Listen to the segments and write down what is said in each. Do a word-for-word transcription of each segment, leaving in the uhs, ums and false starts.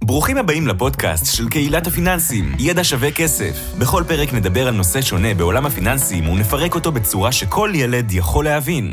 ברוכים הבאים לפודקאסט של קהילת הפיננסים, ידע שווה כסף. בכל פרק נדבר על נושא שונה בעולם הפיננסים ונפרק אותו בצורה שכל ילד יכול להבין.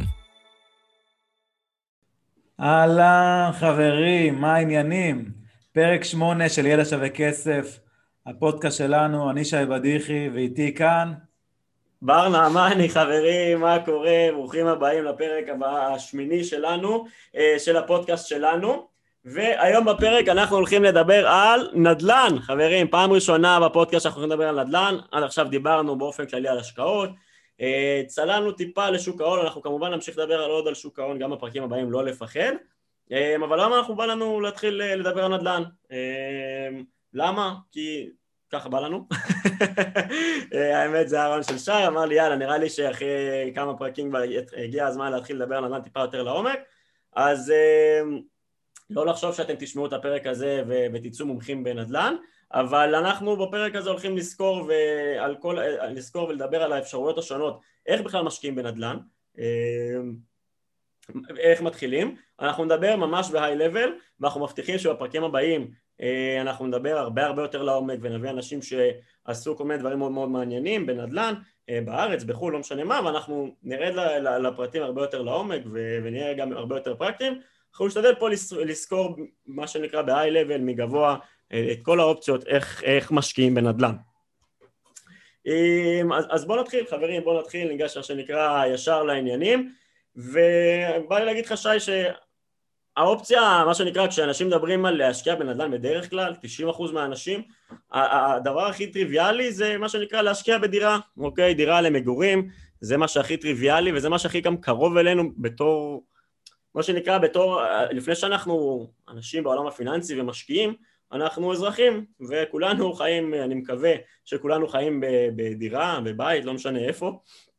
אהלן חברים, מה העניינים? פרק שמונה של ידע שווה כסף, הפודקאסט שלנו, אני שי בדיחי ואיתי כאן. בר נעמני, חברים, מה קורה? ברוכים הבאים לפרק השמיני שלנו, של הפודקאסט שלנו. והיום בפרק אנחנו הולכים לדבר על נדל"ן, חברים, פעם ראשונה בפודקאסט אנחנו הולכים לדבר על נדל"ן, עד עכשיו דיברנו באופן כללי על השקעות, צללנו טיפה לשוק ההון, אנחנו כמובן נמשיך לדבר על עוד על שוק ההון, גם בפרקים הבאים לא לפחד, אבל למה אנחנו בא לנו להתחיל לדבר על נדל"ן? למה? כי ככה בא לנו. האמת זה הרעיון של שי, אמר לי יאללה, נראה לי שאחרי כמה פרקים הגיע הזמן להתחיל לדבר על נדל"ן טיפה יותר לעומק, אז לא לחשוב שאתם תשמעו את הפרק הזה ו- ותצאו מומחים בנדל"ן, אבל אנחנו בפרק הזה הולכים לזכור, ועל כל, לזכור ולדבר על האפשרויות השונות, איך בכלל משקיעים בנדל"ן, איך מתחילים. אנחנו נדבר ממש בהיי לבל, ואנחנו מבטיחים שבפרקים הבאים אנחנו נדבר הרבה הרבה יותר לעומק, ונביא אנשים שעשו כל מיני דברים מאוד מאוד מעניינים בנדל"ן, בארץ, בחו"ל, לא משנה מה, ואנחנו נרד לפרטים הרבה יותר לעומק, ונהיה גם הרבה יותר פרקטיים. אנחנו נשתדל פה לזכור מה שנקרא בהיי לבל מגבוה את כל האופציות איך, איך משקיעים בנדל"ן. אז, אז בואו נתחיל חברים, בואו נתחיל, ניגש מה שנקרא ישר לעניינים, ובא לי להגיד לך שי שהאופציה, מה שנקרא כשאנשים מדברים על להשקיע בנדל"ן בדרך כלל, תשעים אחוז מהאנשים, הדבר הכי טריוויאלי זה מה שנקרא להשקיע בדירה, אוקיי? דירה למגורים, זה מה שהכי טריוויאלי וזה מה שהכי גם קרוב אלינו בתור מה שנקרא בתור, לפני שאנחנו אנשים בעולם הפיננסי ומשקיעים, אנחנו אזרחים, וכולנו חיים, אני מקווה שכולנו חיים בדירה, בבית, לא משנה איפה,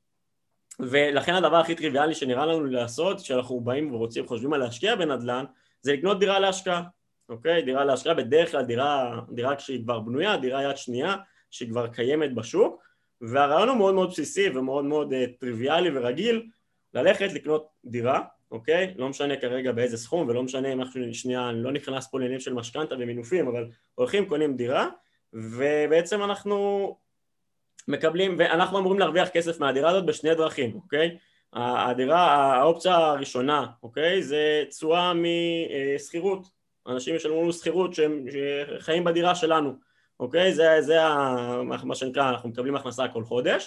ולכן הדבר הכי טריוויאלי שנראה לנו לעשות, כשאנחנו באים ורוצים, חושבים על להשקיע בנדל"ן, זה לקנות דירה להשקעה, אוקיי? דירה להשקעה, בדרך כלל דירה, דירה כשהיא כבר בנויה, דירה יד שנייה, שהיא כבר קיימת בשוק, והרעיון הוא מאוד מאוד בסיסי ומאוד מאוד טריוויאלי ורגיל, ללכת לקנות דירה, אוקיי? לא משנה כרגע באיזה סכום, ולא משנה אם אנחנו שנייה, אני לא נכנס פה לעניינים של משכנתא ומינופים, אבל הולכים, קונים דירה, ובעצם אנחנו מקבלים, ואנחנו אמורים להרוויח כסף מהדירה הזאת בשני דרכים, אוקיי? הדירה, האופציה הראשונה, אוקיי? זה תשואה מסחירות, אנשים ישלמו לנו סחירות שהם חיים בדירה שלנו, אוקיי? זה, זה מה שנקרא, אנחנו מקבלים הכנסה כל חודש,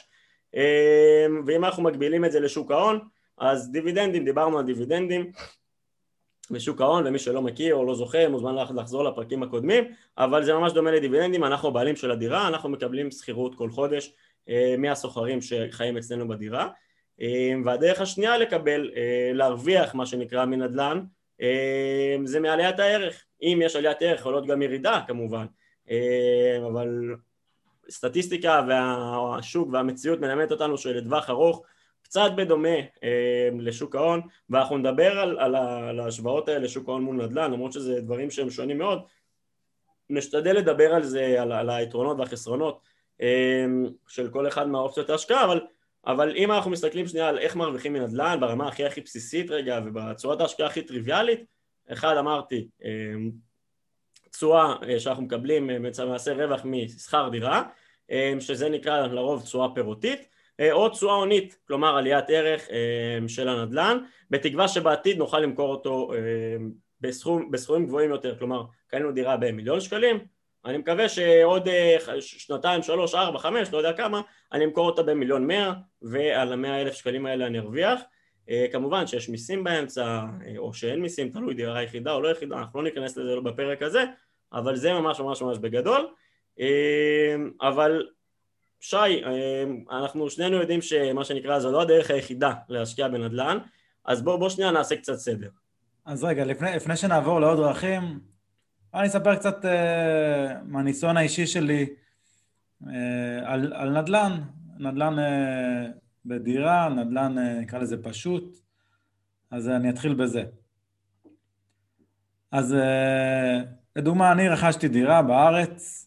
ואם אנחנו מגבילים את זה לשוק ההון, אז דיבידנדים, דיברנו על דיבידנדים בשוק ההון, ומי שלא מכיר או לא זוכר מוזמן לחזור לפרקים הקודמים, אבל זה ממש דומה לדיבידנדים, אנחנו הבעלים של הדירה, אנחנו מקבלים שכירות כל חודש מהסוחרים שחיים אצלנו בדירה, והדרך השנייה לקבל, להרוויח מה שנקרא מנדל"ן, זה מעליית הערך, אם יש עליית ערך יכול להיות גם ירידה כמובן, אבל סטטיסטיקה והשוק והמציאות מלמדת אותנו שלטווח ארוך, קצת בדומה אה, לשוק ההון, ואנחנו נדבר על, על, על ההשוואות האלה לשוק ההון מול נדל"ן, למרות שזה דברים שהם שונים מאוד, נשתדל לדבר על זה, על, על היתרונות והחסרונות אה, של כל אחד מהאופציות ההשקעה, אבל, אבל אם אנחנו מסתכלים שנייה על איך מרוויחים מנדל"ן, ברמה הכי הכי בסיסית רגע, ובצורת ההשקעה הכי טריוויאלית, אחד אמרתי, אה, תשואה שאנחנו מקבלים, מעשה רווח משכר דירה, אה, שזה נקרא לרוב תשואה פירותית, או תשואה הונית, כלומר עליית ערך של הנדל"ן, בתקווה שבעתיד נוכל למכור אותו בסכום, בסכומים גבוהים יותר, כלומר קנינו דירה במיליון שקלים, אני מקווה שעוד שנתיים, שלוש, ארבע, חמש, לא יודע כמה, אני אמכור אותה במיליון מאה, ועל המאה אלף שקלים האלה אני ארוויח, כמובן שיש מיסים באמצע, או שאין מיסים, תלוי דירה יחידה או לא יחידה, אנחנו לא ניכנס לזה בפרק הזה, אבל זה ממש ממש ממש בגדול, אבל שי, אנחנו שנינו יודעים שמה שנקרא זו לא הדרך היחידה להשקיע בנדל"ן, אז בוא, בוא שנייה נעשה קצת סדר. אז רגע, לפני, לפני שנעבור לעוד דרכים, אני אספר קצת uh, מהניסיון האישי שלי uh, על, על נדל"ן, נדל"ן uh, בדירה, נדל"ן uh, נקרא לזה פשוט, אז אני אתחיל בזה. אז uh, לדוגמה, אני רכשתי דירה בארץ,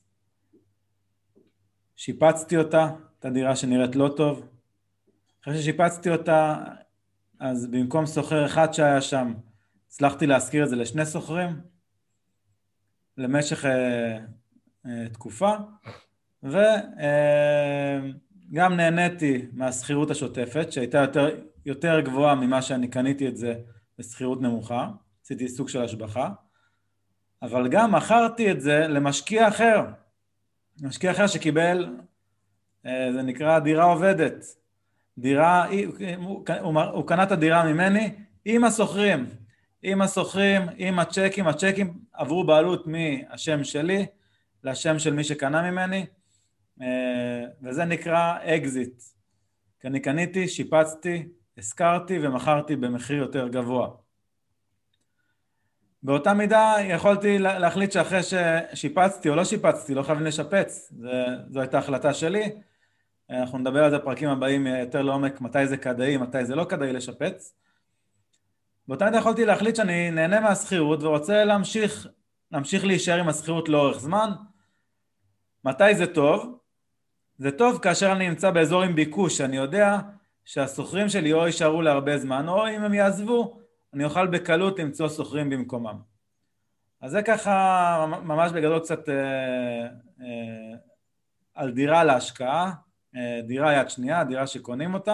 שיפצתי אותה, את הדירה שנראית לא טוב. אחרי ששיפצתי אותה, אז במקום סוחר אחד שהיה שם, הצלחתי להשכיר את זה לשני סוחרים. למשך אה, אה, תקופה, וגם אה, נהניתי מהסחירות השוטפת, שהייתה יותר, יותר גבוהה ממה שאני קניתי את זה בסחירות נמוכה, עשיתי סוג של השבחה, אבל גם מכרתי את זה למשקיע אחר, משקיע אחר שקיבל, אה, זה נקרא דירה עובדת, דירה, הוא, הוא, הוא קנה את הדירה ממני עם הסוחרים, עם הסוחרים, עם הצ'קים, הצ'קים עברו בעלות מהשם שלי לשם של מי שקנה ממני, וזה נקרא אקזיט, כי אני קניתי, שיפצתי, הזכרתי ומכרתי במחיר יותר גבוה. באותה מידה יכולתי להחליט שאחרי ששיפצתי או לא שיפצתי, לא חייבים לשפץ, זו הייתה החלטה שלי, אנחנו נדבר על זה בפרקים הבאים יותר לעומק, מתי זה כדאי, מתי זה לא כדאי לשפץ. באותה מידה יכולתי להחליט שאני נהנה מהסחירות ורוצה להמשיך, להמשיך להישאר עם הסחירות לאורך זמן. מתי זה טוב? זה טוב כאשר אני נמצא באזור עם ביקוש, שאני יודע שהסוחרים שלי או יישארו להרבה זמן, או אם הם יעזבו, אני אוכל בקלות למצוא סוחרים במקומם. אז זה ככה ממש בגדול קצת אה, אה, על דירה להשקעה, אה, דירה יד שנייה, דירה שקונים אותה.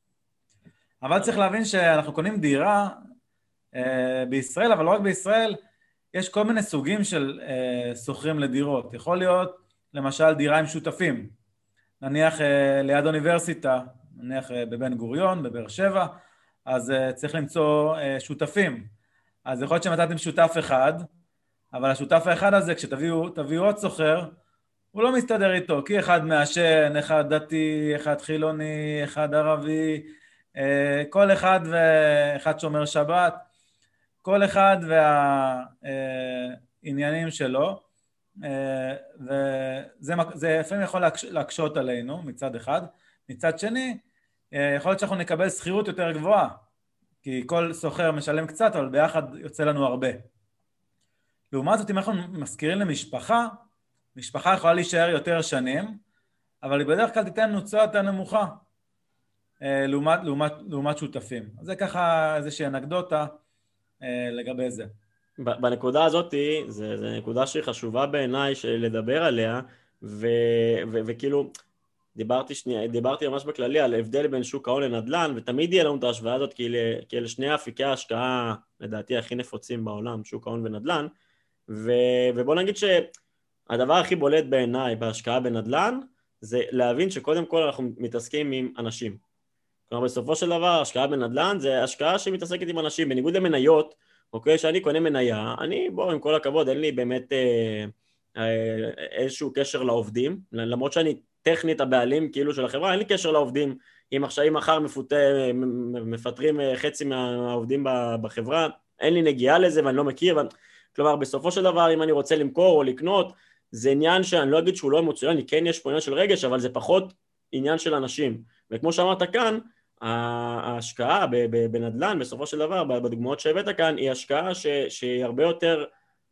אבל צריך להבין שאנחנו קונים דירה אה, בישראל, אבל לא רק בישראל, יש כל מיני סוגים של אה, סוחרים לדירות. יכול להיות למשל דירה עם שותפים, נניח אה, ליד אוניברסיטה, נניח אה, בבן גוריון, בבאר שבע, אז uh, צריך למצוא uh, שותפים. אז יכול להיות שמצאתם שותף אחד, אבל השותף האחד הזה, כשתביאו תביאו עוד סוחר, הוא לא מסתדר איתו, כי אחד מעשן, אחד דתי, אחד חילוני, אחד ערבי, uh, כל אחד ואחד שומר שבת, כל אחד והעניינים uh, שלו, uh, וזה זה לפעמים יכול להקש, להקשות עלינו מצד אחד, מצד שני, יכול להיות שאנחנו נקבל שכירות יותר גבוהה, כי כל סוחר משלם קצת, אבל ביחד יוצא לנו הרבה. לעומת זאת, אם אנחנו מזכירים למשפחה, משפחה יכולה להישאר יותר שנים, אבל היא בדרך כלל תיתן נוצאה יותר נמוכה, לעומת, לעומת, לעומת שותפים. אז זה ככה איזושהי אנקדוטה לגבי זה. בנקודה הזאת, זה, זה נקודה שהיא חשובה בעיניי לדבר עליה, ו, ו, וכאילו, דיברתי, שני, דיברתי ממש בכללי על הבדל בין שוק ההון לנדל"ן, ותמיד יהיה לנו את ההשוואה הזאת, כי אלה שני אפיקי ההשקעה, לדעתי, הכי נפוצים בעולם, שוק ההון ונדל"ן, ו, ובוא נגיד שהדבר הכי בולט בעיניי בהשקעה בנדל"ן, זה להבין שקודם כל אנחנו מתעסקים עם אנשים. כלומר, בסופו של דבר, השקעה בנדל"ן זה השקעה שמתעסקת עם אנשים, בניגוד למניות, אוקיי, שאני קונה מניה, אני, בוא, עם כל הכבוד, אין לי באמת אה, אה, איזשהו קשר לעובדים, למרות שאני טכנית הבעלים כאילו של החברה, אין לי קשר לעובדים, אם עכשיו אם מחר מפוטר, מפטרים חצי מהעובדים בחברה, אין לי נגיעה לזה ואני לא מכיר, כלומר בסופו של דבר אם אני רוצה למכור או לקנות, זה עניין שאני לא אגיד שהוא לא אמוציונלי, כן יש פה עניין של רגש, אבל זה פחות עניין של אנשים, וכמו שאמרת כאן, ההשקעה בנדל"ן בסופו של דבר, בדוגמאות שהבאת כאן, היא השקעה שהיא הרבה יותר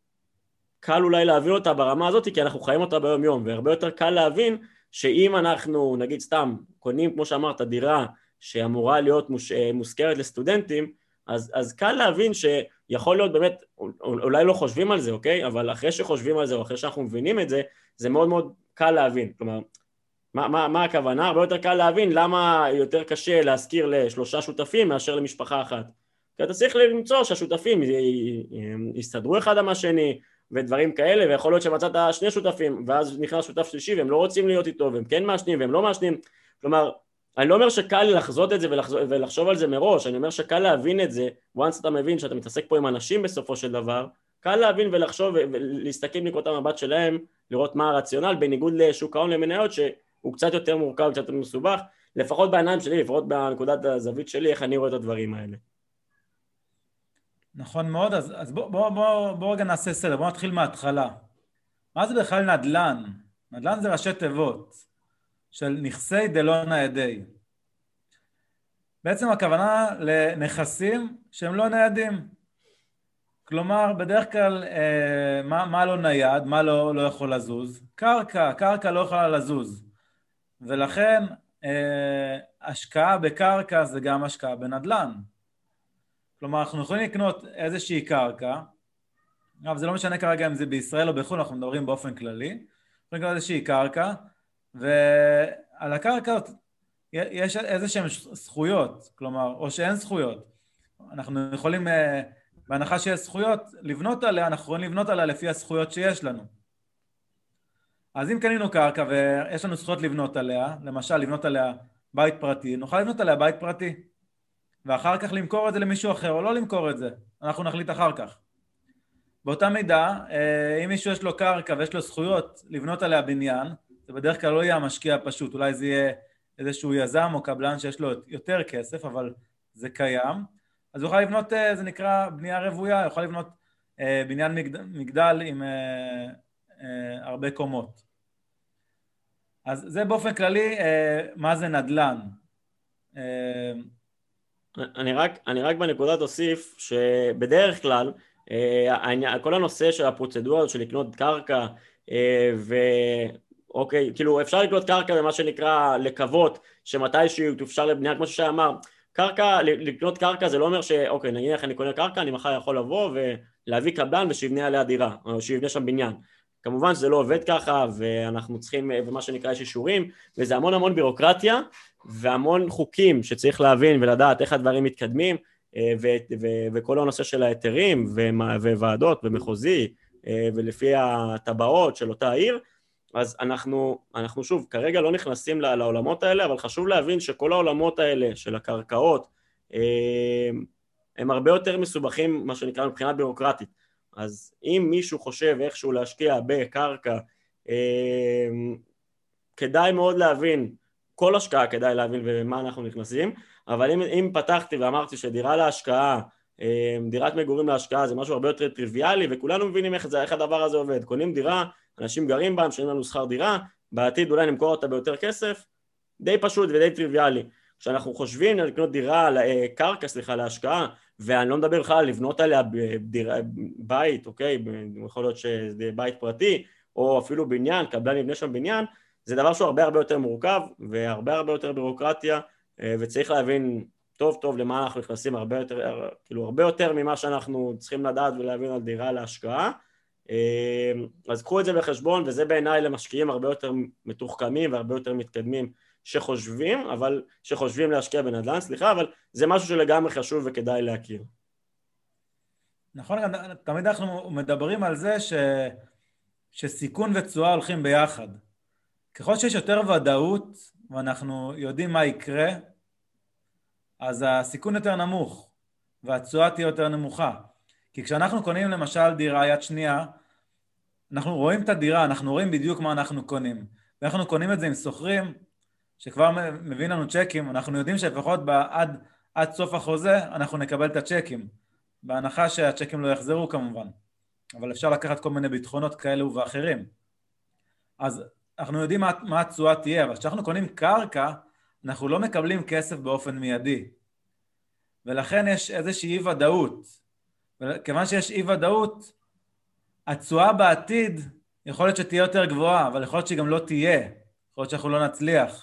קל אולי להבין אותה ברמה הזאת, כי אנחנו חיים אותה ביום יום, והרבה יותר קל להבין שאם אנחנו, נגיד סתם, קונים, כמו שאמרת, דירה שאמורה להיות מוש... מוזכרת לסטודנטים, אז, אז קל להבין שיכול להיות באמת, אולי לא חושבים על זה, אוקיי? אבל אחרי שחושבים על זה, או אחרי שאנחנו מבינים את זה, זה מאוד מאוד קל להבין. כלומר, מה, מה, מה הכוונה? הרבה יותר קל להבין למה יותר קשה להזכיר לשלושה שותפים מאשר למשפחה אחת. כי אתה צריך למצוא שהשותפים יסתדרו אחד עם השני, ודברים כאלה, ויכול להיות שמצאת שני שותפים, ואז נכנס שותף שלישי, והם לא רוצים להיות איתו, והם כן מעשנים, והם לא מעשנים. כלומר, אני לא אומר שקל לחזות את זה ולחזות, ולחשוב על זה מראש, אני אומר שקל להבין את זה, once אתה מבין שאתה מתעסק פה עם אנשים בסופו של דבר, קל להבין ולחשוב ולהסתכל מנקודת המבט שלהם, לראות מה הרציונל, בניגוד לשוק ההון למניות, שהוא קצת יותר מורכב, קצת יותר מסובך, לפחות בעיניים שלי, לפחות בנקודת הזווית שלי, איך אני רואה את הדברים האלה. נכון מאוד, אז, אז בוא, בוא, בוא, בוא רגע נעשה סדר, בוא נתחיל מההתחלה. מה זה בכלל נדל"ן? נדל"ן זה ראשי תיבות של נכסי דלא ניידי. בעצם הכוונה לנכסים שהם לא ניידים. כלומר, בדרך כלל, אה, מה, מה לא נייד, מה לא, לא יכול לזוז? קרקע, קרקע לא יכולה לזוז. ולכן, אה, השקעה בקרקע זה גם השקעה בנדל"ן. כלומר, אנחנו יכולים לקנות איזושהי קרקע, אבל זה לא משנה כרגע אם זה בישראל או בחו"ל, אנחנו מדברים באופן כללי. אנחנו נקרא איזושהי קרקע, ועל הקרקע יש איזשהם זכויות, כלומר, או שאין זכויות. אנחנו יכולים, בהנחה שיש זכויות, לבנות עליה, אנחנו יכולים לבנות עליה לפי הזכויות שיש לנו. אז אם קנינו קרקע ויש לנו זכויות לבנות עליה, למשל לבנות עליה בית פרטי, נוכל לבנות עליה בית פרטי, ואחר כך למכור את זה למישהו אחר, או לא למכור את זה, אנחנו נחליט אחר כך. באותה מידה, אם מישהו יש לו קרקע ויש לו זכויות לבנות עליה בניין, זה בדרך כלל לא יהיה המשקיע הפשוט, אולי זה יהיה איזשהו יזם או קבלן שיש לו יותר כסף, אבל זה קיים. אז הוא יכול לבנות, זה נקרא בנייה רוויה, הוא יכול לבנות בניין מגדל, מגדל עם הרבה קומות. אז זה באופן כללי, מה זה נדל"ן. אני רק, אני רק בנקודה תוסיף שבדרך כלל, כל הנושא של הפרוצדורה של לקנות קרקע, ואוקיי, כאילו אפשר לקנות קרקע במה שנקרא לקוות, שמתישהו תופשר לבנייה, כמו שאמר, קרקע, לקנות קרקע זה לא אומר שאוקיי, נניח אני קונה קרקע, אני מחר יכול לבוא ולהביא קבלן ושיבנה עליה דירה, או שיבנה שם בניין. כמובן שזה לא עובד ככה, ואנחנו צריכים, ומה שנקרא יש אישורים, וזה המון המון בירוקרטיה, והמון חוקים שצריך להבין ולדעת איך הדברים מתקדמים, ו- ו- וכל הנושא של ההיתרים, וועדות ומחוזי, ולפי הטבעות של אותה עיר, אז אנחנו, אנחנו שוב, כרגע לא נכנסים לעולמות האלה, אבל חשוב להבין שכל העולמות האלה של הקרקעות, הם הרבה יותר מסובכים, מה שנקרא מבחינת בירוקרטית. אז אם מישהו חושב איכשהו להשקיע בקרקע, כדאי מאוד להבין, כל השקעה כדאי להבין במה אנחנו נכנסים, אבל אם, אם פתחתי ואמרתי שדירה להשקעה, דירת מגורים להשקעה זה משהו הרבה יותר טריוויאלי, וכולנו מבינים איך, זה, איך הדבר הזה עובד. קונים דירה, אנשים גרים בה, משלמים לנו שכר דירה, בעתיד אולי נמכור אותה ביותר כסף, די פשוט ודי טריוויאלי. כשאנחנו חושבים לקנות דירה, קרקע, סליחה, להשקעה, ואני לא מדבר בכלל לבנות עליה בדירה, בית, אוקיי? יכול להיות שזה בית פרטי, או אפילו בניין, קבלן יבנה שם בניין, זה דבר שהוא הרבה הרבה יותר מורכב, והרבה הרבה יותר בירוקרטיה, וצריך להבין טוב טוב למה אנחנו נכנסים הרבה יותר, כאילו הרבה יותר ממה שאנחנו צריכים לדעת ולהבין על דירה להשקעה. אז קחו את זה בחשבון, וזה בעיניי למשקיעים הרבה יותר מתוחכמים והרבה יותר מתקדמים שחושבים, אבל שחושבים להשקיע בנדל"ן, סליחה, אבל זה משהו שלגמרי חשוב וכדאי להכיר. נכון, תמיד אנחנו מדברים על זה ש... שסיכון ותשואה הולכים ביחד. ככל שיש יותר ודאות ואנחנו יודעים מה יקרה, אז הסיכון יותר נמוך והתשואה תהיה יותר נמוכה. כי כשאנחנו קונים למשל דירה יד שנייה, אנחנו רואים את הדירה, אנחנו רואים בדיוק מה אנחנו קונים. ואנחנו קונים את זה עם סוחרים שכבר מביאים לנו צ'קים, אנחנו יודעים שלפחות עד, עד סוף החוזה אנחנו נקבל את הצ'קים, בהנחה שהצ'קים לא יחזרו כמובן. אבל אפשר לקחת כל מיני ביטחונות כאלו ואחרים. אז אנחנו יודעים מה, מה התשואה תהיה, אבל כשאנחנו קונים קרקע, אנחנו לא מקבלים כסף באופן מיידי. ולכן יש איזושהי אי ודאות. וכיוון שיש אי ודאות, התשואה בעתיד יכול להיות שתהיה יותר גבוהה, אבל יכול להיות שהיא גם לא תהיה. יכול להיות שאנחנו לא נצליח.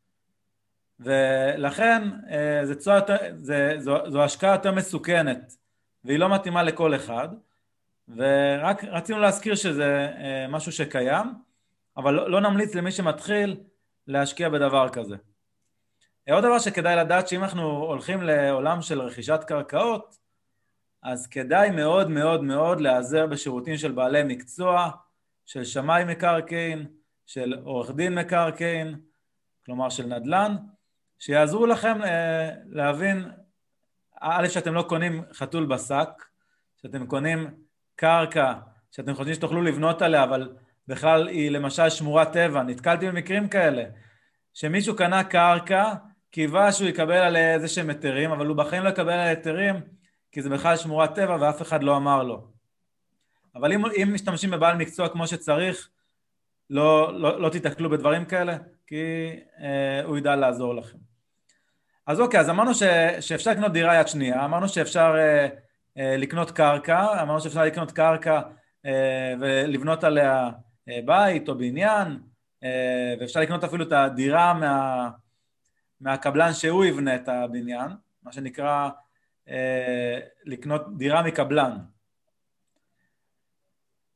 ולכן זה תשואה יותר, זה, זו, זו השקעה יותר מסוכנת, והיא לא מתאימה לכל אחד. ורק רצינו להזכיר שזה משהו שקיים, אבל לא, לא נמליץ למי שמתחיל להשקיע בדבר כזה. עוד דבר שכדאי לדעת, שאם אנחנו הולכים לעולם של רכישת קרקעות, אז כדאי מאוד מאוד מאוד להיעזר בשירותים של בעלי מקצוע, של שמאי מקרקעין, של עורך דין מקרקעין, כלומר של נדל"ן, שיעזרו לכם אה, להבין, א' שאתם לא קונים חתול בשק, שאתם קונים קרקע, שאתם חושבים שתוכלו לבנות עליה, אבל בכלל היא למשל שמורת טבע. נתקלתי במקרים כאלה, שמישהו קנה קרקע, קיווה שהוא יקבל עליה איזה שהם היתרים, אבל הוא בחיים לא יקבל עליה היתרים, כי זה בכלל שמורת טבע ואף אחד לא אמר לו. אבל אם, אם משתמשים בבעל מקצוע כמו שצריך, לא, לא, לא תתקלו בדברים כאלה, כי אה, הוא ידע לעזור לכם. אז אוקיי, אז אמרנו ש, שאפשר לקנות דירה יד שנייה, אמרנו שאפשר אה, אה, לקנות קרקע, אמרנו שאפשר לקנות קרקע אה, ולבנות עליה אה, בית או בניין, אה, ואפשר לקנות אפילו את הדירה מה, מהקבלן שהוא יבנה את הבניין, מה שנקרא אה, לקנות דירה מקבלן.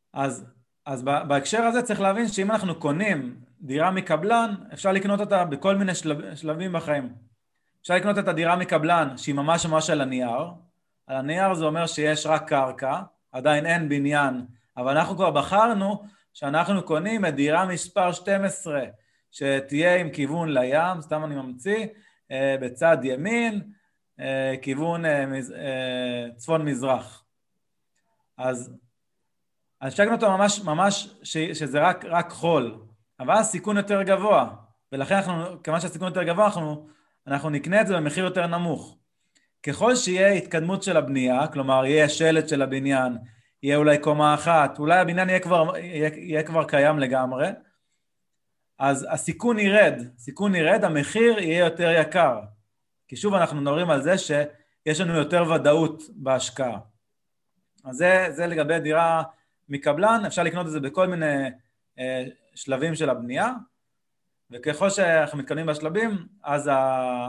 אז, אז בהקשר הזה צריך להבין שאם אנחנו קונים דירה מקבלן, אפשר לקנות אותה בכל מיני שלב, שלבים בחיים. אפשר לקנות את הדירה מקבלן שהיא ממש ממש על הנייר. על הנייר זה אומר שיש רק קרקע, עדיין אין בניין, אבל אנחנו כבר בחרנו שאנחנו קונים את דירה מספר שתים עשרה, שתהיה עם כיוון לים, סתם אני ממציא, בצד ימין, כיוון צפון מזרח. אז אפשר לקנות אותו ממש, ממש שזה רק, רק חול, אבל הסיכון יותר גבוה, ולכן אנחנו, כמה שהסיכון יותר גבוה, אנחנו, אנחנו נקנה את זה במחיר יותר נמוך. ככל שיהיה התקדמות של הבנייה, כלומר יהיה שלט של הבניין, יהיה אולי קומה אחת, אולי הבניין יהיה כבר, יהיה, יהיה כבר קיים לגמרי, אז הסיכון ירד, סיכון ירד, המחיר יהיה יותר יקר. כי שוב אנחנו מדברים על זה שיש לנו יותר ודאות בהשקעה. אז זה, זה לגבי דירה מקבלן, אפשר לקנות את זה בכל מיני אה, שלבים של הבנייה, וככל שאנחנו מתקדמים בשלבים, אז ה,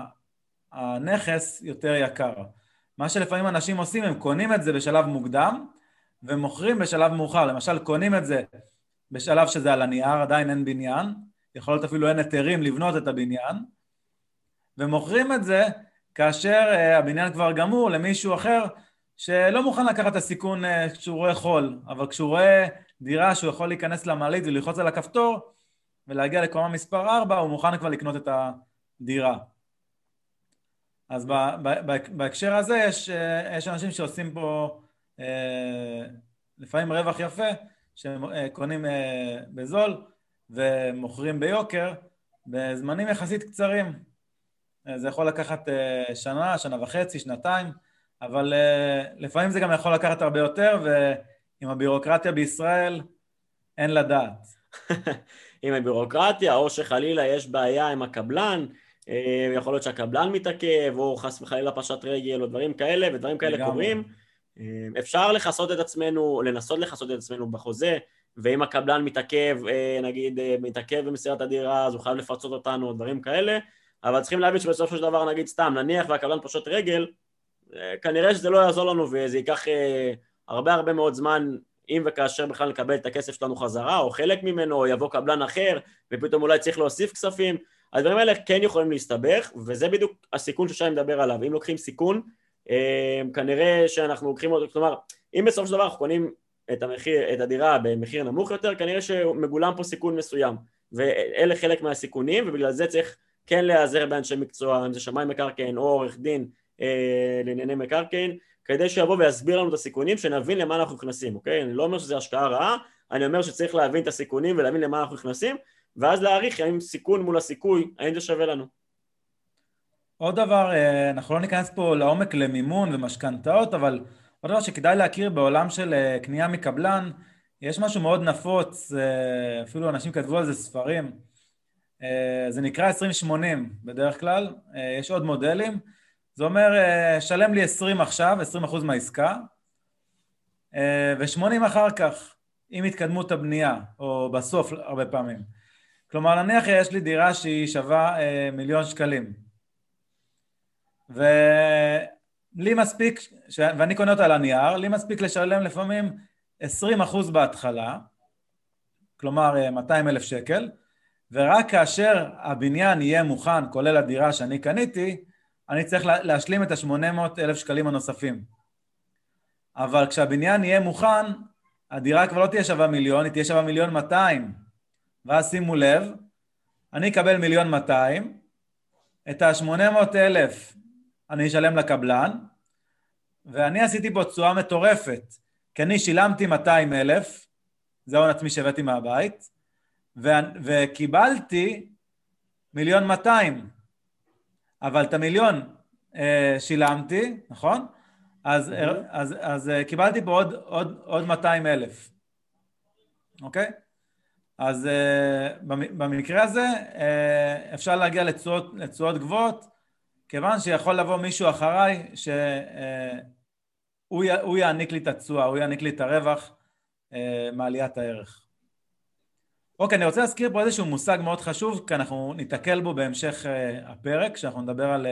הנכס יותר יקר. מה שלפעמים אנשים עושים, הם קונים את זה בשלב מוקדם, ומוכרים בשלב מאוחר. למשל, קונים את זה בשלב שזה על הנייר, עדיין אין בניין, יכול להיות אפילו אין היתרים לבנות את הבניין, ומוכרים את זה כאשר uh, הבניין כבר גמור למישהו אחר, שלא מוכן לקחת את הסיכון uh, כשהוא רואה חול, אבל כשהוא רואה דירה שהוא יכול להיכנס למעלית וללחוץ על הכפתור, ולהגיע לקומה מספר ארבע, הוא מוכן כבר לקנות את הדירה. אז ב- ב- ב- בהקשר הזה יש, uh, יש אנשים שעושים פה uh, לפעמים רווח יפה, שקונים uh, בזול, ומוכרים ביוקר, בזמנים יחסית קצרים. זה יכול לקחת שנה, שנה וחצי, שנתיים, אבל לפעמים זה גם יכול לקחת הרבה יותר, ועם הבירוקרטיה בישראל אין לדעת. עם הבירוקרטיה, או שחלילה יש בעיה עם הקבלן, יכול להיות שהקבלן מתעכב, או חס וחלילה פשט רגל, או דברים כאלה, ודברים כאלה קורים. אפשר לחסות את עצמנו, לנסות לחסות את עצמנו בחוזה, ואם הקבלן מתעכב, נגיד, מתעכב במסירת הדירה, אז הוא חייב לפצות אותנו, דברים כאלה, אבל צריכים להבין שבסופו של דבר, נגיד סתם, נניח והקבלן פשוט רגל, כנראה שזה לא יעזור לנו, וזה ייקח הרבה הרבה מאוד זמן, אם וכאשר בכלל נקבל את הכסף שלנו חזרה, או חלק ממנו, או יבוא קבלן אחר, ופתאום אולי צריך להוסיף כספים, הדברים האלה כן יכולים להסתבך, וזה בדיוק הסיכון ששי מדבר עליו. אם לוקחים סיכון, כנראה שאנחנו לוקחים אותו, כלומר, אם בסופו של דבר אנחנו קונים את המחיר, את הדירה במחיר נמוך יותר, כנראה שמגולם פה סיכון מסוים, ואלה חלק מהסיכונים, ובגלל זה צריך כן להיעזר באנשי מקצוע, אם זה שמאי מקרקעין או עורך דין אה, לענייני מקרקעין, כדי שיבוא ויסביר לנו את הסיכונים, שנבין למה אנחנו נכנסים, אוקיי? אני לא אומר שזה השקעה רעה, אני אומר שצריך להבין את הסיכונים ולהבין למה אנחנו נכנסים, ואז להעריך האם סיכון מול הסיכוי, האם זה שווה לנו. עוד דבר, אנחנו לא ניכנס פה לעומק למימון ומשכנתאות, אבל עוד דבר שכדאי להכיר בעולם של קנייה מקבלן, יש משהו מאוד נפוץ, אפילו אנשים כתבו על זה ספרים, זה נקרא עשרים שמונים בדרך כלל, יש עוד מודלים, זה אומר שלם לי עשרים עכשיו, עשרים אחוז מהעסקה, ו-שמונים אחר כך, עם התקדמות הבנייה, או בסוף הרבה פעמים. כלומר, נניח יש לי דירה שהיא שווה מיליון שקלים, ולי מספיק, ואני קונה אותה על הנייר, לי מספיק לשלם לפעמים עשרים אחוז בהתחלה, כלומר מאתיים אלף שקל, ורק כאשר הבניין יהיה מוכן, כולל הדירה שאני קניתי, אני צריך להשלים את ה-שמונה מאות אלף שקלים הנוספים. אבל כשהבניין יהיה מוכן, הדירה כבר לא תהיה שווה מיליון, היא תהיה שווה מיליון מאתיים. ואז שימו לב, אני אקבל מיליון מאתיים, את ה-שמונה מאות אלף אני אשלם לקבלן, ואני עשיתי פה תשואה מטורפת, כי אני שילמתי מאתיים אלף, זה הון עצמי שהבאתי מהבית, ו- וקיבלתי מיליון מאתיים, אבל את המיליון אה, שילמתי, נכון? אז, mm-hmm. אז, אז, אז קיבלתי פה עוד, עוד, עוד מאתיים אלף, אוקיי? אז אה, במקרה הזה אה, אפשר להגיע לתשואות, לתשואות גבוהות, כיוון שיכול לבוא מישהו אחריי שהוא אה, הוא יעניק לי את התשואה, הוא יעניק לי את הרווח אה, מעליית הערך. אוקיי, אני רוצה להזכיר פה איזשהו מושג מאוד חשוב, כי אנחנו ניתקל בו בהמשך הפרק, כשאנחנו נדבר על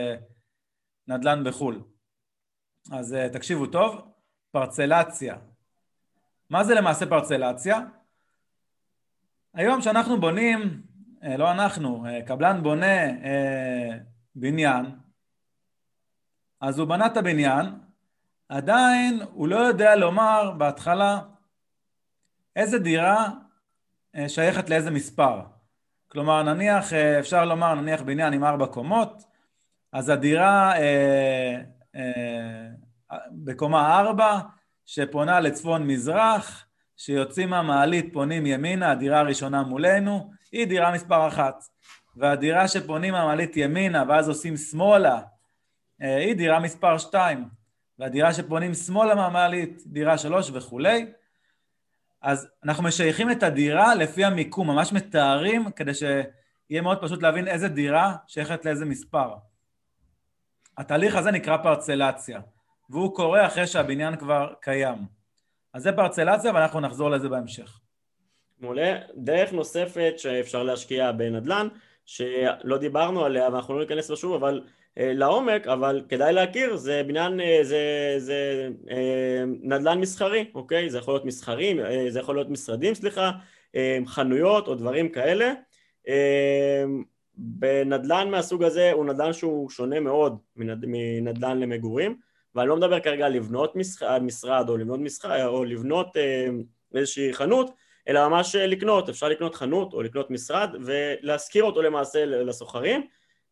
נדל"ן בחו"ל. אז תקשיבו טוב, פרצלציה. מה זה למעשה פרצלציה? היום שאנחנו בונים, לא אנחנו, קבלן בונה בניין, אז הוא בנה את הבניין, עדיין הוא לא יודע לומר בהתחלה איזה דירה שייכת לאיזה מספר. כלומר, נניח, אפשר לומר, נניח בניין עם ארבע קומות, אז הדירה אה, אה, בקומה ארבע, שפונה לצפון מזרח, שיוצאים מהמעלית פונים ימינה, הדירה הראשונה מולנו, היא דירה מספר אחת. והדירה שפונים מהמעלית ימינה, ואז עושים שמאלה, אה, היא דירה מספר שתיים. והדירה שפונים שמאלה מהמעלית, דירה שלוש וכולי. אז אנחנו משייכים את הדירה לפי המיקום, ממש מתארים, כדי שיהיה מאוד פשוט להבין איזה דירה שייכת לאיזה מספר. התהליך הזה נקרא פרצלציה, והוא קורה אחרי שהבניין כבר קיים. אז זה פרצלציה, ואנחנו נחזור לזה בהמשך. מעולה. דרך נוספת שאפשר להשקיע בנדל"ן, שלא דיברנו עליה, ואנחנו לא ניכנס לשוב, אבל אה, לעומק, אבל כדאי להכיר, זה בניין, אה, זה, זה אה, נדל"ן מסחרי, אוקיי? זה יכול להיות מסחרים, אה, זה יכול להיות משרדים, סליחה, אה, חנויות או דברים כאלה. אה, בנדל"ן מהסוג הזה הוא נדל"ן שהוא שונה מאוד מנד, מנדל"ן למגורים, ואני לא מדבר כרגע על לבנות משרד, משרד או לבנות משרד, או לבנות אה, איזושהי חנות, אלא ממש לקנות, אפשר לקנות חנות או לקנות משרד ולהשכיר אותו למעשה לסוחרים.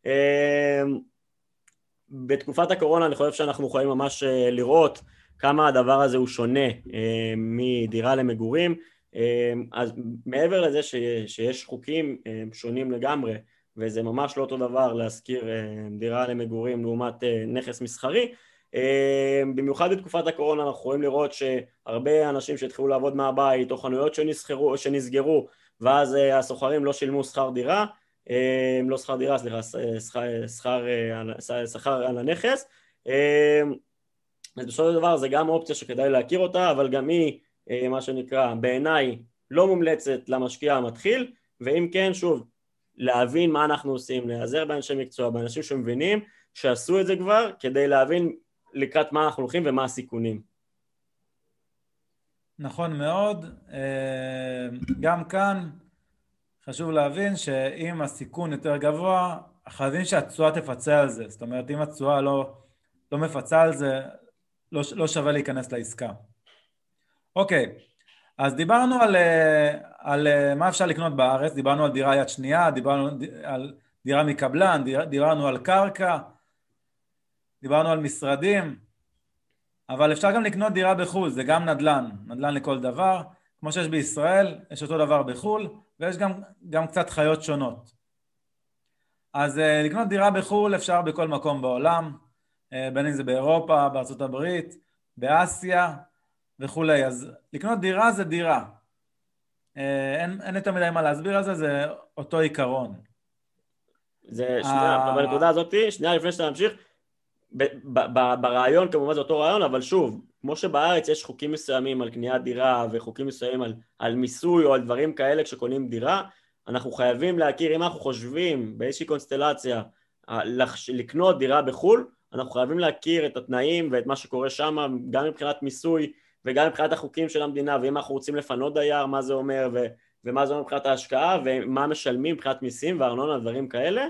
בתקופת הקורונה אני חושב שאנחנו יכולים ממש לראות כמה הדבר הזה הוא שונה מדירה למגורים, אז מעבר לזה שיש חוקים שונים לגמרי, וזה ממש לא אותו דבר להשכיר דירה למגורים לעומת נכס מסחרי, במיוחד בתקופת הקורונה אנחנו יכולים לראות שהרבה אנשים שהתחילו לעבוד מהבית או חנויות שנסגרו, שנסגרו ואז הסוחרים לא שילמו שכר דירה, לא שכר דירה, סליחה, שכר, שכר, שכר על הנכס. אז בסופו של דבר זה גם אופציה שכדאי להכיר אותה, אבל גם היא, מה שנקרא, בעיניי לא מומלצת למשקיע המתחיל, ואם כן, שוב, להבין מה אנחנו עושים, להיעזר באנשי מקצוע, באנשים שמבינים, שעשו את זה כבר, כדי להבין לקראת מה אנחנו הולכים ומה הסיכונים. נכון מאוד. גם כאן חשוב להבין שאם הסיכון יותר גבוה, חייבים שהתשואה תפצה על זה. זאת אומרת, אם התשואה לא, לא מפצה על זה, לא, לא שווה להיכנס לעסקה. אוקיי, אז דיברנו על, על מה אפשר לקנות בארץ, דיברנו על דירה יד שנייה, דיברנו על דירה מקבלן, דיברנו על קרקע, דיברנו על משרדים, אבל אפשר גם לקנות דירה בחו"ל, זה גם נדל"ן, נדל"ן לכל דבר, כמו שיש בישראל, יש אותו דבר בחו"ל, ויש גם, גם קצת חיות שונות. אז לקנות דירה בחו"ל אפשר בכל מקום בעולם, בין אם זה באירופה, בארצות הברית, באסיה וכולי. אז לקנות דירה זה דירה. אין, אין יותר מדי מה להסביר על זה, זה אותו עיקרון. זה שנייה, בנקודה הזאת, שנייה לפני שאתה ממשיך, ברעיון כמובן זה אותו רעיון, אבל שוב, כמו שבארץ יש חוקים מסוימים על קניית דירה וחוקים מסוימים על, על מיסוי או על דברים כאלה כשקונים דירה, אנחנו חייבים להכיר, אם אנחנו חושבים באיזושהי קונסטלציה לקנות דירה בחו"ל, אנחנו חייבים להכיר את התנאים ואת מה שקורה שם, גם מבחינת מיסוי וגם מבחינת החוקים של המדינה, ואם אנחנו רוצים לפנות דייר, מה זה אומר ו, ומה זה אומר מבחינת ההשקעה ומה משלמים מבחינת מיסים וארנונה ודברים כאלה.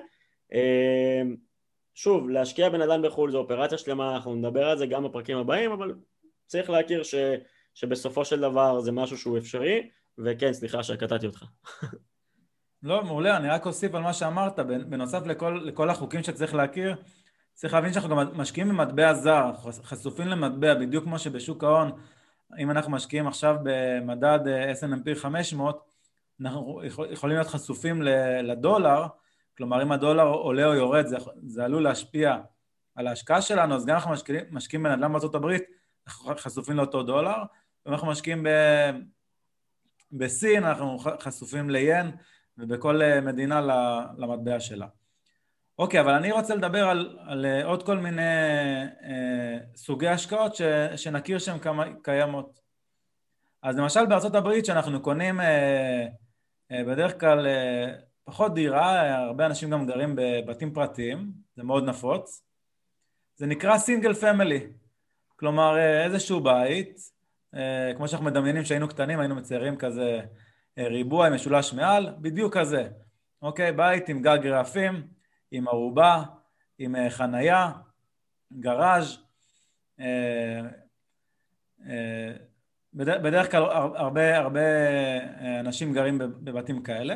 שוב, להשקיע בנדל"ן בחו"ל זו אופרציה שלמה, אנחנו נדבר על זה גם בפרקים הבאים, אבל צריך להכיר ש, שבסופו של דבר זה משהו שהוא אפשרי, וכן, סליחה שקטעתי אותך. לא, מעולה, אני רק אוסיף על מה שאמרת, בנוסף לכל, לכל החוקים שצריך להכיר, צריך להבין שאנחנו גם משקיעים במטבע זר, חשופים למטבע, בדיוק כמו שבשוק ההון, אם אנחנו משקיעים עכשיו במדד אס אנד פי חמש מאות, אנחנו יכולים להיות חשופים לדולר, כלומר, אם הדולר עולה או יורד, זה, זה עלול להשפיע על ההשקעה שלנו, אז גם אנחנו משקיעים, משקיעים בנדל"ן בארצות הברית, אנחנו חשופים לאותו דולר, ואם אנחנו משקיעים ב, בסין, אנחנו חשופים ליין, ובכל מדינה למטבע שלה. אוקיי, אבל אני רוצה לדבר על, על עוד כל מיני אה, סוגי השקעות ש, שנכיר שהן קיימות. אז למשל בארצות הברית, שאנחנו קונים אה, אה, בדרך כלל, אה, פחות דירה, הרבה אנשים גם גרים בבתים פרטיים, זה מאוד נפוץ. זה נקרא סינגל פמילי, כלומר איזשהו בית, כמו שאנחנו מדמיינים שהיינו קטנים, היינו מציירים כזה ריבוע, משולש מעל, בדיוק כזה. אוקיי, בית עם גג רעפים, עם ערובה, עם חנייה, גראז'. בדרך כלל הרבה, הרבה אנשים גרים בבתים כאלה.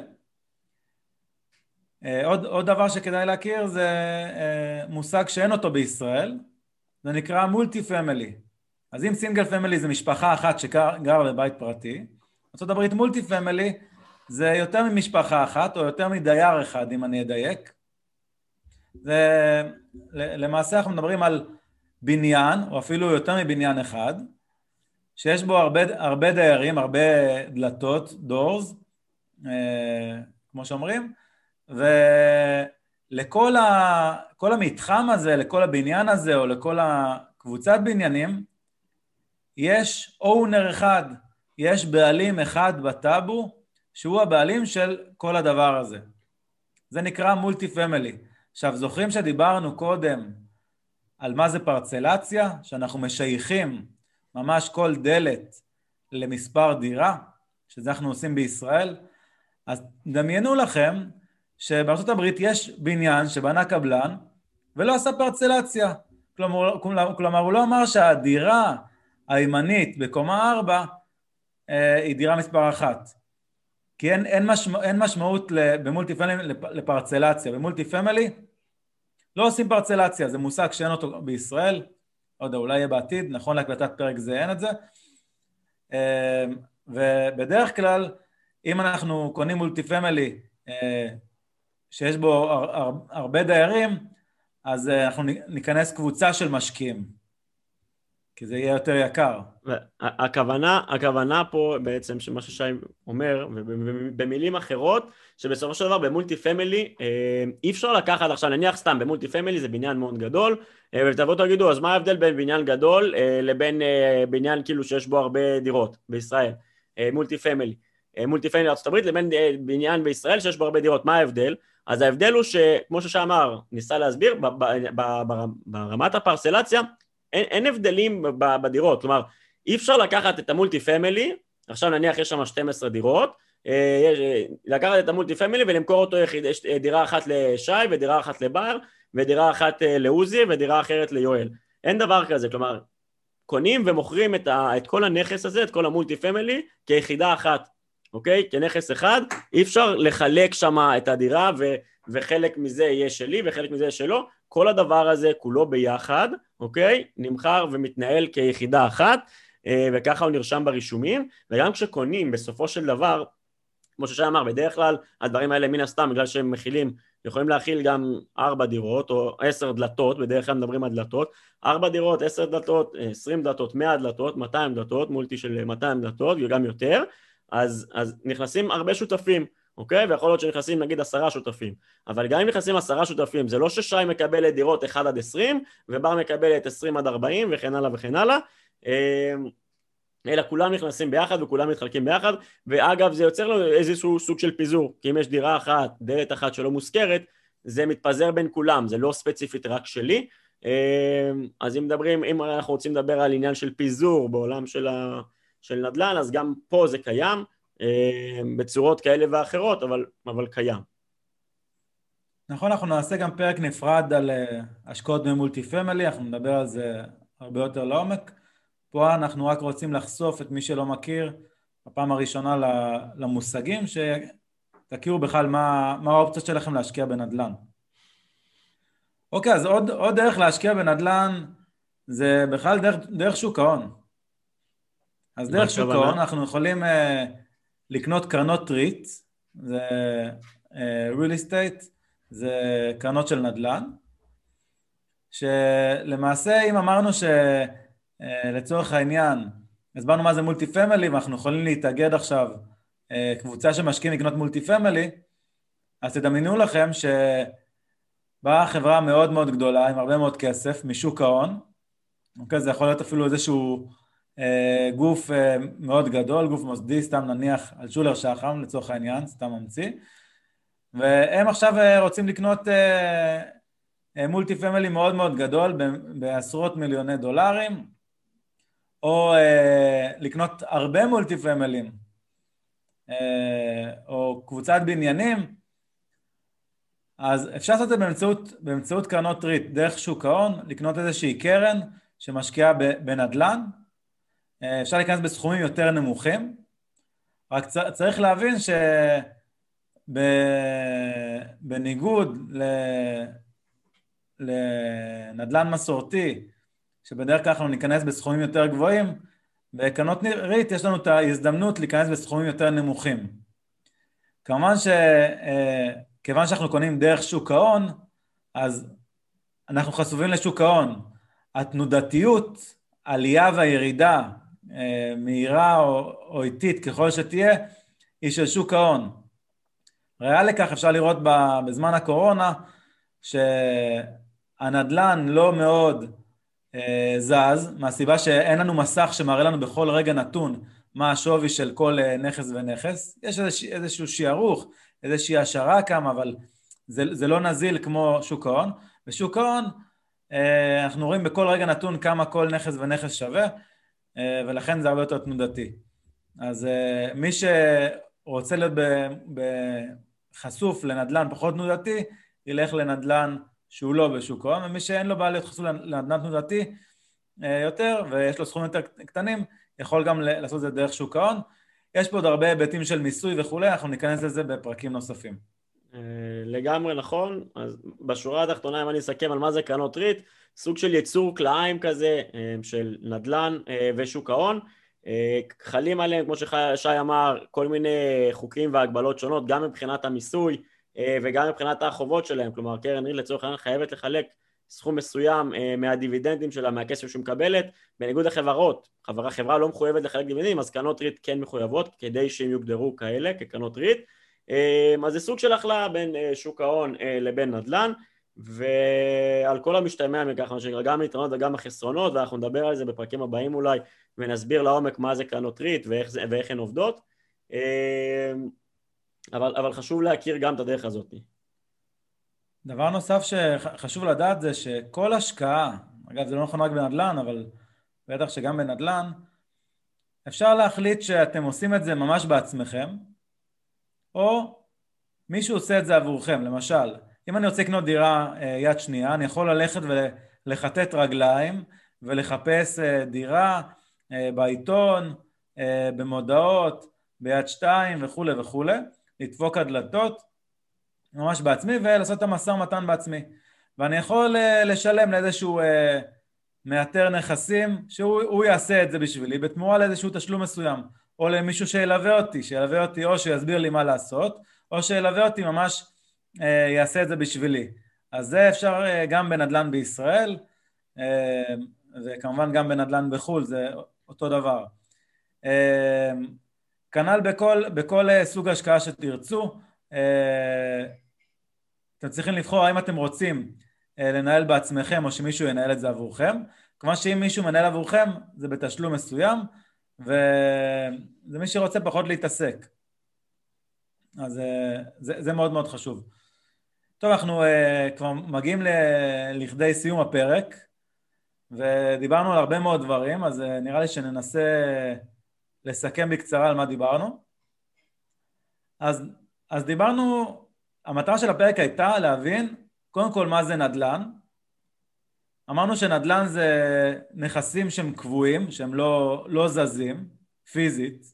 עוד, עוד דבר שכדאי להכיר זה מושג שאין אותו בישראל, זה נקרא מולטי פמילי. אז אם סינגל פמילי זה משפחה אחת שגר בבית פרטי, ארצות הברית מולטי פמילי זה יותר ממשפחה אחת או יותר מדייר אחד, אם אני אדייק. זה, למעשה אנחנו מדברים על בניין, או אפילו יותר מבניין אחד, שיש בו הרבה, הרבה דיירים, הרבה דלתות, doors, אה, כמו שאומרים, ולכל ה, כל המתחם הזה, לכל הבניין הזה, או לכל הקבוצת בניינים, יש אונר אחד, יש בעלים אחד בטאבו, שהוא הבעלים של כל הדבר הזה. זה נקרא מולטי פמילי. עכשיו, זוכרים שדיברנו קודם על מה זה פרצלציה? שאנחנו משייכים ממש כל דלת למספר דירה, שזה אנחנו עושים בישראל. אז דמיינו לכם שבארצות הברית יש בניין שבנה קבלן, ולא עשה פרצלציה. כלומר, כלומר הוא לא אמר שהדירה הימנית בקומה ארבע אה, היא דירה מספר אחת. כי אין, אין, משמע, אין משמעות במולטי פמילי לפרצלציה. במולטי פמילי לא עושים פרצלציה, זה מושג שאין אותו בישראל, לא יודע, אולי יהיה בעתיד, נכון להקלטת פרק זה, אין את זה. ובדרך כלל, אם אנחנו קונים מולטי פמילי שיש בו הרבה דיירים, אז אנחנו ניכנס קבוצה של משקיעים. כי זה יהיה יותר יקר. הכוונה, הכוונה פה בעצם שמה ששי אומר, ובמילים אחרות, שבסופו של דבר במולטי פמילי, אי אפשר לקחת עכשיו, נניח סתם, במולטי פמילי זה בניין מאוד גדול, ותבואו תגידו, אז מה ההבדל בין בניין גדול לבין בניין כאילו שיש בו הרבה דירות בישראל, מולטי פמילי, מולטי פמילי בארצות הברית, לבין בניין בישראל שיש בו הרבה דירות, מה ההבדל? אז ההבדל הוא שכמו ששי אמר, ניסה להסביר, ברמת הפרסלציה, אין, אין הבדלים בדירות, כלומר, אי אפשר לקחת את המולטי פמילי, עכשיו נניח יש שם שתים עשרה דירות, לקחת את המולטי פמילי ולמכור אותו יחיד, דירה אחת לשי ודירה אחת לבר, ודירה אחת לעוזי ודירה אחרת ליואל. אין דבר כזה, כלומר, קונים ומוכרים את, ה, את כל הנכס הזה, את כל המולטי פמילי, כיחידה אחת, אוקיי? כנכס אחד, אי אפשר לחלק שם את הדירה, ו, וחלק מזה יהיה שלי וחלק מזה יהיה שלו, כל הדבר הזה כולו ביחד, אוקיי? נמכר ומתנהל כיחידה אחת, וככה הוא נרשם ברישומים, וגם כשקונים בסופו של דבר, כמו ששי אמר, בדרך כלל הדברים האלה מן הסתם, בגלל שהם מכילים, יכולים להכיל גם ארבע דירות או עשר דלתות, בדרך כלל מדברים על דלתות, ארבע דירות, עשר דלתות, עשרים דלתות, מאה דלתות, מאתיים דלתות, מולטי של מאתיים דלתות וגם יותר, אז, אז נכנסים הרבה שותפים, אוקיי? ויכול להיות שנכנסים נגיד עשרה שותפים, אבל גם אם נכנסים עשרה שותפים, זה לא ששי מקבל את דירות אחד עד עשרים, ובר מקבל את עשרים עד ארבעים וכן הלאה וכן הלאה, אלא כולם נכנסים ביחד וכולם מתחלקים ביחד, ואגב זה יוצר לו איזשהו סוג של פיזור, כי אם יש דירה אחת, דלת אחת שלא מוזכרת, זה מתפזר בין כולם, זה לא ספציפית רק שלי, אז אם מדברים, אם אנחנו רוצים לדבר על עניין של פיזור בעולם של, ה, של נדל"ן, אז גם פה זה קיים, בצורות כאלה ואחרות, אבל, אבל קיים. נכון, אנחנו נעשה גם פרק נפרד על השקעות במולטי פמילי, אנחנו נדבר על זה הרבה יותר לעומק. פה אנחנו רק רוצים לחשוף את מי שלא מכיר, בפעם הראשונה למושגים, שתכירו בכלל מה, מה האופציות שלכם להשקיע בנדל"ן. אוקיי, אז עוד, עוד דרך להשקיע בנדל"ן, זה בכלל דרך, דרך שוק ההון. אז דרך שוק ההון אנחנו יכולים... לקנות קרנות ריט, זה uh, real estate, זה קרנות של נדל"ן, שלמעשה אם אמרנו שלצורך uh, העניין, הסברנו מה זה מולטי פמילי, ואנחנו יכולים להתאגד עכשיו uh, קבוצה שמשקיעים לקנות מולטי פמילי, אז תדמיינו לכם שבאה חברה מאוד מאוד גדולה, עם הרבה מאוד כסף, משוק ההון, אוקיי, זה יכול להיות אפילו איזשהו... גוף מאוד גדול, גוף מוסדי, סתם נניח על שולר שחם לצורך העניין, סתם ממציא, והם עכשיו רוצים לקנות מולטי פמילי מאוד מאוד גדול בעשרות מיליוני דולרים, או אה, לקנות הרבה מולטי פמילים, אה, או קבוצת בניינים, אז אפשר לעשות את זה באמצעות, באמצעות קרנות ריט, דרך שוק ההון, לקנות איזושהי קרן שמשקיעה בנדלן, אפשר להיכנס בסכומים יותר נמוכים, רק צריך להבין שבניגוד לנדלן מסורתי, שבדרך כלל אנחנו ניכנס בסכומים יותר גבוהים, בקרנות ריט יש לנו את ההזדמנות להיכנס בסכומים יותר נמוכים. כמובן ש... כיוון שאנחנו קונים דרך שוק ההון, אז אנחנו חשופים לשוק ההון. התנודתיות, עלייה והירידה, אה, מהירה או, או איטית ככל שתהיה, היא של שוק ההון. ראיה לכך אפשר לראות בזמן הקורונה, שהנדלן לא מאוד אה, זז, מהסיבה שאין לנו מסך שמראה לנו בכל רגע נתון, מה השווי של כל אה, נכס ונכס. יש איזשה, איזשהו שיערוך, איזושהי השערה כמה, אבל זה, זה לא נזיל כמו שוק ההון. בשוק ההון אה, אנחנו רואים בכל רגע נתון כמה כל נכס ונכס שווה, אה, ולכן זה הרבה יותר תנודתי. אז אה, מי שרוצה להיות בחשוף לנדלן פחות תנודתי, ילך לנדלן שהוא לא בשוק ההון, ומי שאין לו בעיה להיות חשוף לנדלן תנודתי אה, יותר, ויש לו סכומים יותר קטנים, יכול גם לעשות את זה דרך שוק ההון. יש פה עוד הרבה היבטים של מיסוי וכולי, אנחנו ניכנס לזה בפרקים נוספים. לגמרי נכון. אז בשורה התחתונה, אם אני אסכם על מה זה קרנות ריט, סוג של יצור כלאיים כזה של נדל"ן ושוק ההון, חלים עליהם, כמו ששי אמר, כל מיני חוקים והגבלות שונות, גם מבחינת המיסוי וגם מבחינת החובות שלהם. כלומר, קרן ריט לצורך העניין חייבת לחלק סכום מסוים מהדיבידנדים שלה, מהכסף שמקבלת, בניגוד לחברות. חברה, חברה לא מחויבת לחלק דיבידנדים, אז קרנות ריט כן מחויבות, כדי שהם יוגדרו כאלה, כקרנות ריט. אז זה סוג של החלה בין שוק ההון לבין נדל"ן, ועל כל המשתמע מכך, גם יתרונות וגם החסרונות, ואנחנו נדבר על זה בפרקים הבאים אולי, ונסביר לעומק מה זה קרנות ריט ואיך, זה, ואיך הן עובדות. אבל, אבל חשוב להכיר גם את הדרך הזאת. דבר נוסף שחשוב לדעת זה שכל השקעה, אגב זה לא נכון רק בנדל"ן, אבל בטח שגם בנדל"ן, אפשר להחליט שאתם עושים את זה ממש בעצמכם, או מישהו עושה את זה עבורכם. למשל, אם אני רוצה לקנות דירה יד שנייה, אני יכול ללכת ולחטט רגליים, ולחפש דירה בעיתון, במודעות, ביד שתיים וכו' וכו', לדפוק הדלתות, ממש בעצמי, ולעשות את המשא ומתן בעצמי. ואני יכול לשלם לאיזשהו מאתר נכסים, שהוא יעשה את זה בשבילי, בתמורה לאיזשהו תשלום מסוים, או למישהו שילווה אותי, שילווה אותי או שיסביר לי מה לעשות, או שילווה אותי ממש יעשה את זה בשבילי. אז זה אפשר גם בנדל"ן בישראל, וכמובן גם בנדל"ן בחו"ל, זה אותו דבר. כנ"ל בכל, בכל סוג השקעה שתרצו, אתם צריכים לבחור האם אתם רוצים לנהל בעצמכם או שמישהו ינהל את זה עבורכם. כלומר שאם מישהו מנהל עבורכם זה בתשלום מסוים, וזה מי שרוצה פחות להתעסק. אז זה, זה מאוד מאוד חשוב. טוב, אנחנו כבר מגיעים לכדי סיום הפרק, ודיברנו על הרבה מאוד דברים, אז נראה לי שננסה לסכם בקצרה על מה דיברנו. אז, אז דיברנו, המטרה של הפרק הייתה להבין, קודם כל מה זה נדל"ן. אמרנו שנדל"ן זה נכסים שהם קבועים, שהם לא, לא זזים, פיזית.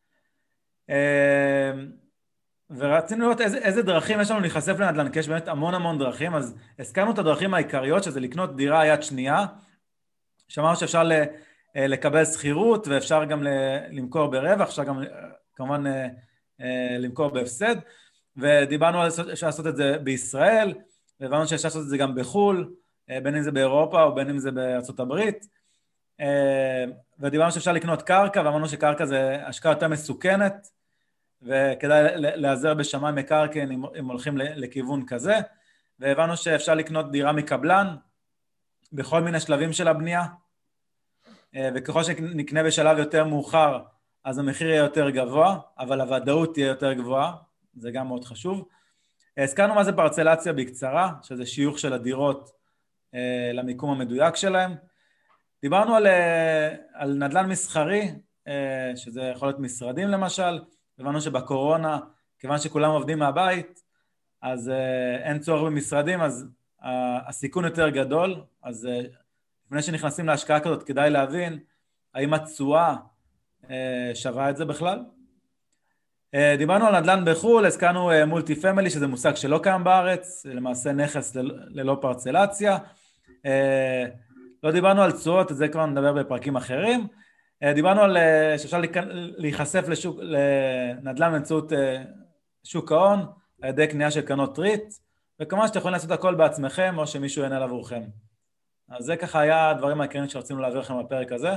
ורצינו לראות איזה, איזה דרכים יש לנו להיחשף לנדל"ן, כי יש באמת המון המון דרכים, אז הזכרנו את הדרכים העיקריות, שזה לקנות דירה יד שנייה, שאמרנו שאפשר לקבל שכירות, ואפשר גם למכור ברווח, אפשר גם כמובן למכור בהפסד, ודיברנו על שאפשר לעשות את זה בישראל, והבנו שאפשר לעשות את זה גם בחול, בין אם זה באירופה או בין אם זה בארצות הברית, ודיברנו שאפשר לקנות קרקע, ואמרנו שקרקע זה השקעה יותר מסוכנת, וכדאי להיעזר בשמאי מקרקעין אם הולכים לכיוון כזה, והבנו שאפשר לקנות דירה מקבלן, בכל מיני שלבים של הבנייה, וככל שנקנה בשלב יותר מאוחר, אז המחיר יהיה יותר גבוה, אבל הוודאות תהיה יותר גבוהה, זה גם מאוד חשוב. הזכרנו מה זה פרצלציה בקצרה, שזה שיוך של הדירות למיקום המדויק שלהם, דיברנו על, על נדל"ן מסחרי, שזה יכול להיות משרדים למשל. הבנו שבקורונה, כיוון שכולם עובדים מהבית, אז אין צורך במשרדים, אז הסיכון יותר גדול. אז לפני שנכנסים להשקעה כזאת, כדאי להבין האם התשואה שווה את זה בכלל. דיברנו על נדל"ן בחו"ל, הזכרנו מולטי פמילי, שזה מושג שלא קיים בארץ, למעשה נכס ללא פרצלציה. לא דיברנו על תשואות, את זה כבר נדבר בפרקים אחרים. דיברנו על שאפשר להיחשף לשוק, לנדל"ן באמצעות שוק ההון, על ידי קנייה של קרנות ריט, וכמובן שאתם יכולים לעשות הכל בעצמכם, או שמישהו ינהל עבורכם. אז זה ככה היה הדברים העיקריים שרצינו להעביר לכם בפרק הזה.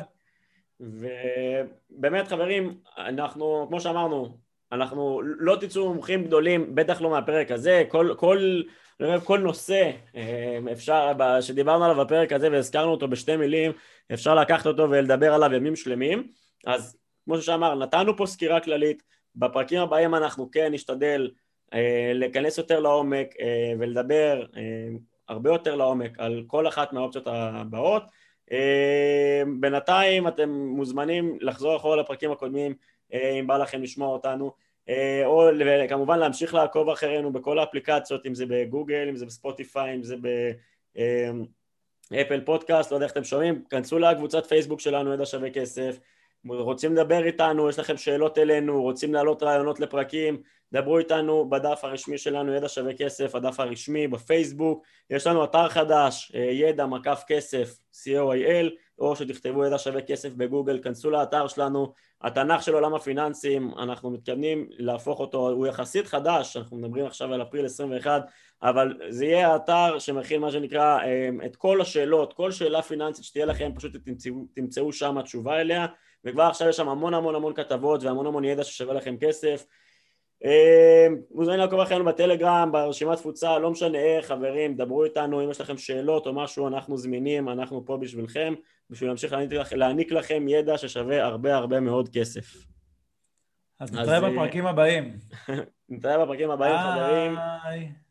ובאמת חברים, אנחנו, כמו שאמרנו, אנחנו לא תצאו מומחים גדולים, בטח לא מהפרק הזה, כל, כל, כל נושא אפשר, שדיברנו עליו בפרק הזה והזכרנו אותו בשתי מילים, אפשר לקחת אותו ולדבר עליו ימים שלמים. אז כמו שאמר, נתנו פה סקירה כללית, בפרקים הבאים אנחנו כן נשתדל להיכנס יותר לעומק ולדבר הרבה יותר לעומק על כל אחת מהאופציות הבאות. בינתיים אתם מוזמנים לחזור אחורה לפרקים הקודמים אם בא לכם לשמוע אותנו, או כמובן להמשיך לעקוב אחרינו בכל האפליקציות, אם זה בגוגל, אם זה בספוטיפיי, אם זה באפל פודקאסט, לא יודע איך אתם שומעים. כנסו לקבוצת פייסבוק שלנו, ידע שווה כסף. רוצים לדבר איתנו, יש לכם שאלות אלינו, רוצים להעלות רעיונות לפרקים, דברו איתנו בדף הרשמי שלנו, ידע שווה כסף, הדף הרשמי בפייסבוק. יש לנו אתר חדש, ידע מקף כסף, סי או איי אל, או שתכתבו ידע שווה כסף בגוגל, כנסו לאתר שלנו. התנ"ך של עולם הפיננסים, אנחנו מתכוונים להפוך אותו, הוא יחסית חדש, אנחנו מדברים עכשיו על אפריל עשרים ואחת, אבל זה יהיה האתר שמכיל מה שנקרא את כל השאלות, כל שאלה פיננסית שתהיה לכם, פשוט תמצאו, תמצאו שם התשובה אליה, וכבר עכשיו יש שם המון המון המון כתבות והמון המון ידע ששווה לכם כסף. מוזמנים לעקוב אחרינו בטלגרם, ברשימת תפוצה, לא משנה איך, חברים, דברו איתנו, אם יש לכם שאלות או משהו, אנחנו זמינים, אנחנו פה בשבילכם, בשביל להמשיך להעניק, להעניק לכם ידע ששווה הרבה הרבה מאוד כסף. אז נתראה בפרקים הבאים. נתראה בפרקים הבאים, חברים.